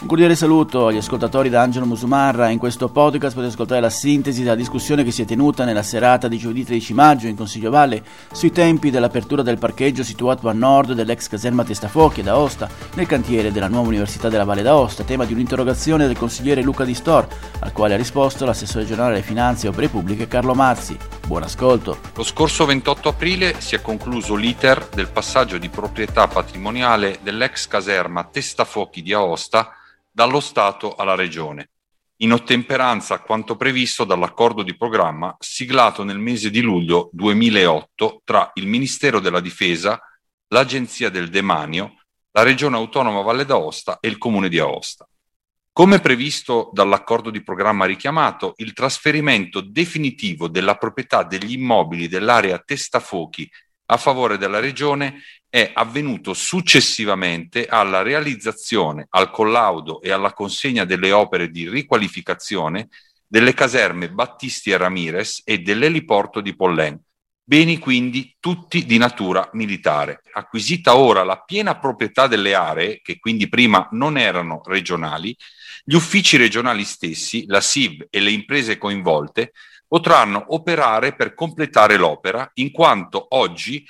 Un cordiale saluto agli ascoltatori da Angelo Musumarra. In questo podcast potete ascoltare la sintesi della discussione che si è tenuta nella serata di giovedì 13 maggio in Consiglio Valle sui tempi dell'apertura del parcheggio situato a nord dell'ex caserma Testafochi ad Aosta, nel cantiere della nuova Università della Valle d'Aosta, tema di un'interrogazione del consigliere Luca Di Stor, al quale ha risposto l'assessore generale alle finanze e opere pubbliche Carlo Marzi. Buon ascolto. Lo scorso 28 aprile si è concluso l'iter del passaggio di proprietà patrimoniale dell'ex caserma Testafochi di Aosta dallo Stato alla Regione, in ottemperanza a quanto previsto dall'accordo di programma siglato nel mese di luglio 2008 tra il Ministero della Difesa, l'Agenzia del Demanio, la Regione Autonoma Valle d'Aosta e il Comune di Aosta. Come previsto dall'accordo di programma richiamato, il trasferimento definitivo della proprietà degli immobili dell'area Testafochi a favore della Regione è avvenuto successivamente alla realizzazione, al collaudo e alla consegna delle opere di riqualificazione delle caserme Battisti e Ramirez e dell'eliporto di Pollen, beni quindi tutti di natura militare. Acquisita ora la piena proprietà delle aree, che quindi prima non erano regionali, gli uffici regionali stessi, la SIV e le imprese coinvolte potranno operare per completare l'opera, in quanto oggi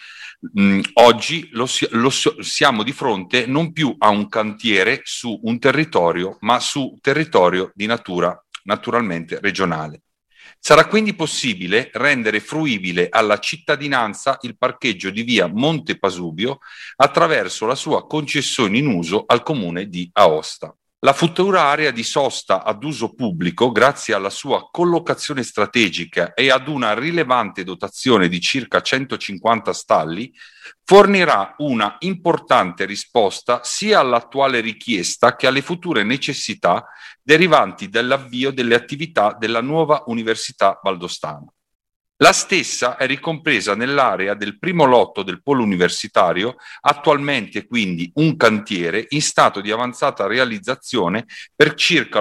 siamo di fronte non più a un cantiere su un territorio, ma su territorio di natura naturalmente regionale. Sarà quindi possibile rendere fruibile alla cittadinanza il parcheggio di via Monte Pasubio attraverso la sua concessione in uso al Comune di Aosta. La futura area di sosta ad uso pubblico, grazie alla sua collocazione strategica e ad una rilevante dotazione di circa 150 stalli, fornirà una importante risposta sia all'attuale richiesta che alle future necessità derivanti dall'avvio delle attività della nuova Università Valdostana. La stessa è ricompresa nell'area del primo lotto del polo universitario, attualmente quindi un cantiere in stato di avanzata realizzazione per circa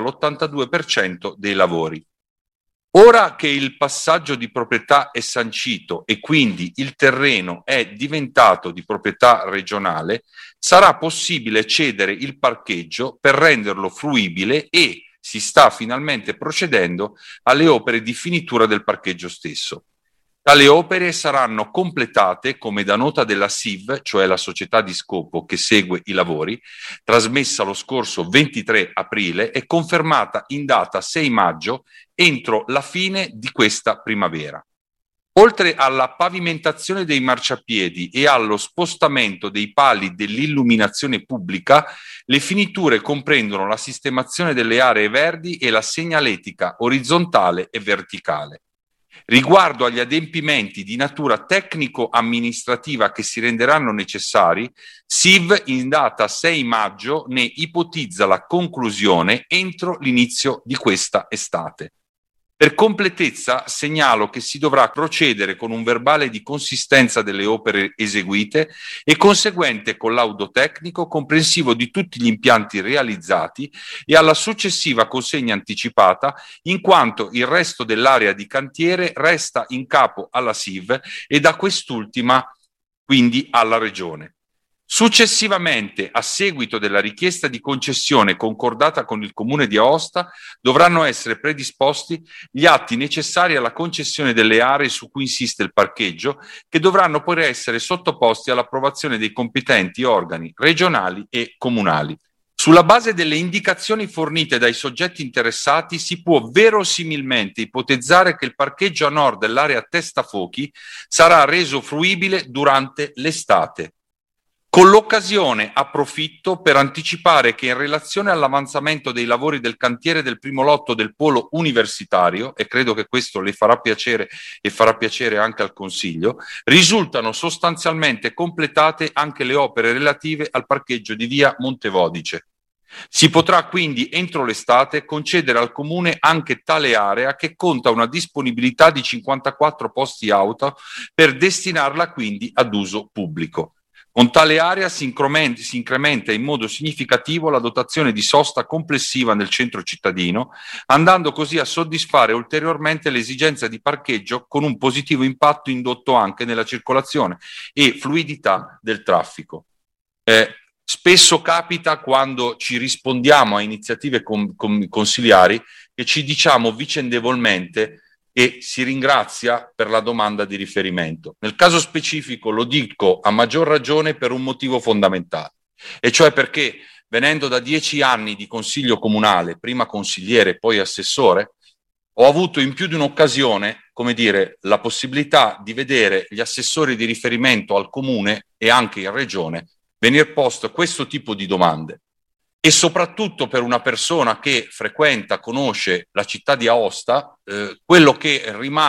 l'82% dei lavori. Ora che il passaggio di proprietà è sancito e quindi il terreno è diventato di proprietà regionale, sarà possibile cedere il parcheggio per renderlo fruibile e si sta finalmente procedendo alle opere di finitura del parcheggio stesso. Tali opere saranno completate, come da nota della SIV, cioè la società di scopo che segue i lavori, trasmessa lo scorso 23 aprile e confermata in data 6 maggio entro la fine di questa primavera. Oltre alla pavimentazione dei marciapiedi e allo spostamento dei pali dell'illuminazione pubblica, le finiture comprendono la sistemazione delle aree verdi e la segnaletica orizzontale e verticale. Riguardo agli adempimenti di natura tecnico-amministrativa che si renderanno necessari, SIV in data 6 maggio ne ipotizza la conclusione entro l'inizio di questa estate. Per completezza segnalo che si dovrà procedere con un verbale di consistenza delle opere eseguite e conseguente collaudo tecnico comprensivo di tutti gli impianti realizzati e alla successiva consegna anticipata, in quanto il resto dell'area di cantiere resta in capo alla SIV e da quest'ultima quindi alla Regione. Successivamente, a seguito della richiesta di concessione concordata con il Comune di Aosta, dovranno essere predisposti gli atti necessari alla concessione delle aree su cui insiste il parcheggio, che dovranno poi essere sottoposti all'approvazione dei competenti organi regionali e comunali. Sulla base delle indicazioni fornite dai soggetti interessati si può verosimilmente ipotizzare che il parcheggio a nord dell'area Testafochi sarà reso fruibile durante l'estate. Con l'occasione approfitto per anticipare che in relazione all'avanzamento dei lavori del cantiere del primo lotto del polo universitario, e credo che questo le farà piacere e farà piacere anche al Consiglio, risultano sostanzialmente completate anche le opere relative al parcheggio di via Montevodice. Si potrà quindi entro l'estate concedere al Comune anche tale area che conta una disponibilità di 54 posti auto per destinarla quindi ad uso pubblico. Con tale area si incrementa in modo significativo la dotazione di sosta complessiva nel centro cittadino, andando così a soddisfare ulteriormente l'esigenza di parcheggio con un positivo impatto indotto anche nella circolazione e fluidità del traffico. Spesso capita quando ci rispondiamo a iniziative consiliari che ci diciamo vicendevolmente e si ringrazia per la domanda di riferimento. Nel caso specifico lo dico a maggior ragione per un motivo fondamentale, e cioè perché venendo da 10 anni di consiglio comunale, prima consigliere, poi assessore, ho avuto in più di un'occasione, come dire, la possibilità di vedere gli assessori di riferimento al comune e anche in regione venir posto questo tipo di domande. E soprattutto per una persona che frequenta, conosce la città di Aosta, quello che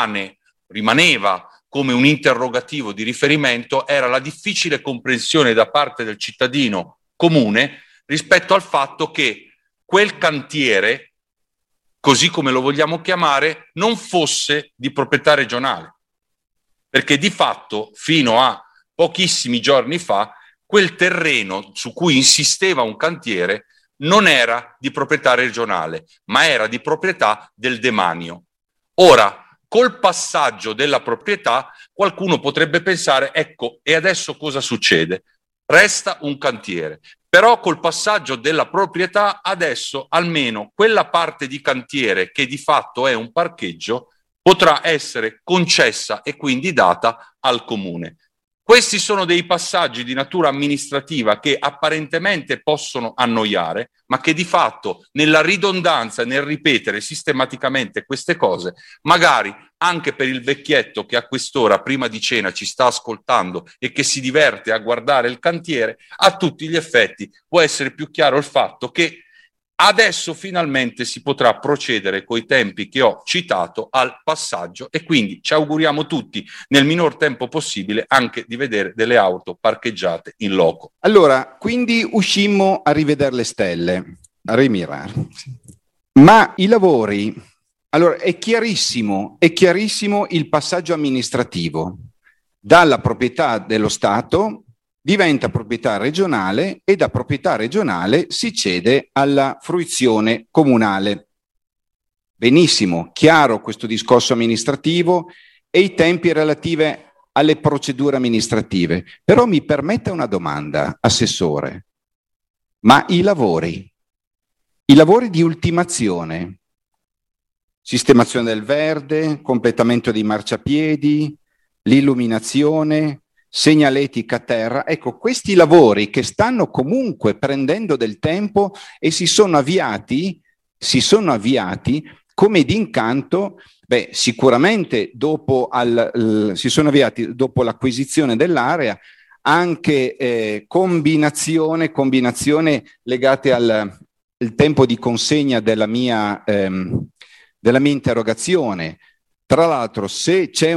rimaneva come un interrogativo di riferimento era la difficile comprensione da parte del cittadino comune rispetto al fatto che quel cantiere, così come lo vogliamo chiamare, non fosse di proprietà regionale. Perché di fatto, fino a pochissimi giorni fa, quel terreno su cui insisteva un cantiere non era di proprietà regionale, ma era di proprietà del demanio. Ora, col passaggio della proprietà, qualcuno potrebbe pensare, ecco, e adesso cosa succede? Resta un cantiere. Però col passaggio della proprietà, adesso almeno quella parte di cantiere che di fatto è un parcheggio potrà essere concessa e quindi data al comune. Questi sono dei passaggi di natura amministrativa che apparentemente possono annoiare, ma che di fatto nella ridondanza, nel ripetere sistematicamente queste cose, magari anche per il vecchietto che a quest'ora prima di cena ci sta ascoltando e che si diverte a guardare il cantiere, a tutti gli effetti può essere più chiaro il fatto che adesso finalmente si potrà procedere coi tempi che ho citato al passaggio e quindi ci auguriamo tutti nel minor tempo possibile anche di vedere delle auto parcheggiate in loco. Allora, quindi uscimmo a rivedere le stelle, a rimirare. Ma i lavori, allora è chiarissimo il passaggio amministrativo dalla proprietà dello Stato diventa proprietà regionale e da proprietà regionale si cede alla fruizione comunale. Benissimo, chiaro questo discorso amministrativo e i tempi relativi alle procedure amministrative. Però mi permetta una domanda, Assessore, ma i lavori di ultimazione, sistemazione del verde, completamento dei marciapiedi, l'illuminazione, segnaletica a terra, ecco, questi lavori che stanno comunque prendendo del tempo e si sono avviati come d'incanto, sicuramente si sono avviati dopo l'acquisizione dell'area, anche combinazione legate al tempo di consegna della mia interrogazione. Tra l'altro, se c'è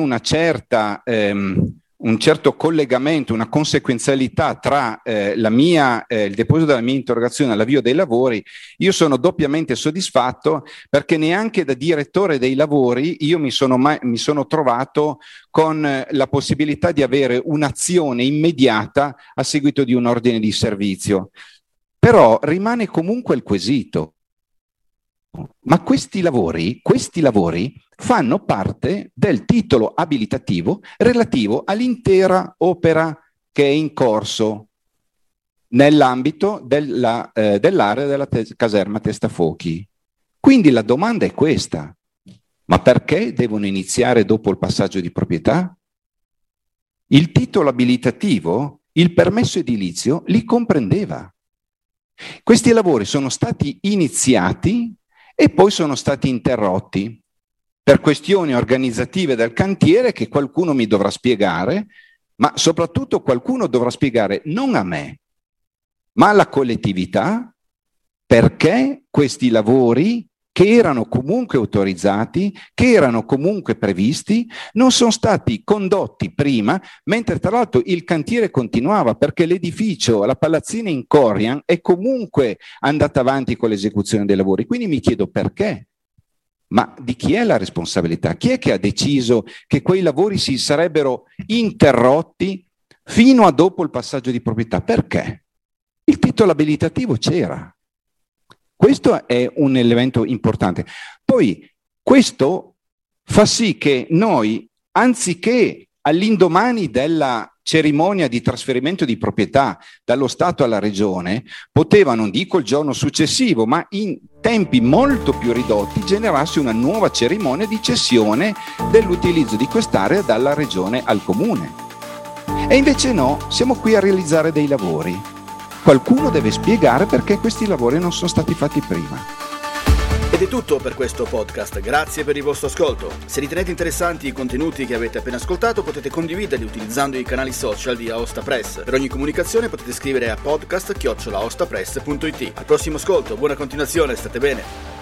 un certo collegamento, una conseguenzialità tra il deposito della mia interrogazione e l'avvio dei lavori, io sono doppiamente soddisfatto perché neanche da direttore dei lavori io mi sono trovato con la possibilità di avere un'azione immediata a seguito di un ordine di servizio. Però rimane comunque il quesito. Ma questi lavori fanno parte del titolo abilitativo relativo all'intera opera che è in corso nell'ambito dell'area della caserma Testafuochi. Quindi la domanda è questa: ma perché devono iniziare dopo il passaggio di proprietà? Il titolo abilitativo, il permesso edilizio, li comprendeva. Questi lavori sono stati iniziati e poi sono stati interrotti per questioni organizzative del cantiere che qualcuno mi dovrà spiegare, ma soprattutto qualcuno dovrà spiegare non a me, ma alla collettività, perché questi lavori che erano comunque autorizzati, che erano comunque previsti, non sono stati condotti prima, mentre tra l'altro il cantiere continuava, perché l'edificio, la palazzina in Corian, è comunque andata avanti con l'esecuzione dei lavori. Quindi mi chiedo perché? Ma di chi è la responsabilità? Chi è che ha deciso che quei lavori si sarebbero interrotti fino a dopo il passaggio di proprietà? Perché? Il titolo abilitativo c'era. Questo è un elemento importante. Poi questo fa sì che noi, anziché all'indomani della cerimonia di trasferimento di proprietà dallo Stato alla Regione poteva, non dico il giorno successivo, ma in tempi molto più ridotti generarsi una nuova cerimonia di cessione dell'utilizzo di quest'area dalla Regione al Comune. E invece no, siamo qui a realizzare dei lavori. Qualcuno deve spiegare perché questi lavori non sono stati fatti prima. Ed è tutto per questo podcast, grazie per il vostro ascolto. Se ritenete interessanti i contenuti che avete appena ascoltato, potete condividerli utilizzando i canali social di Aosta Press. Per ogni comunicazione potete scrivere a podcast@aostapress.it. Al prossimo ascolto, buona continuazione, state bene.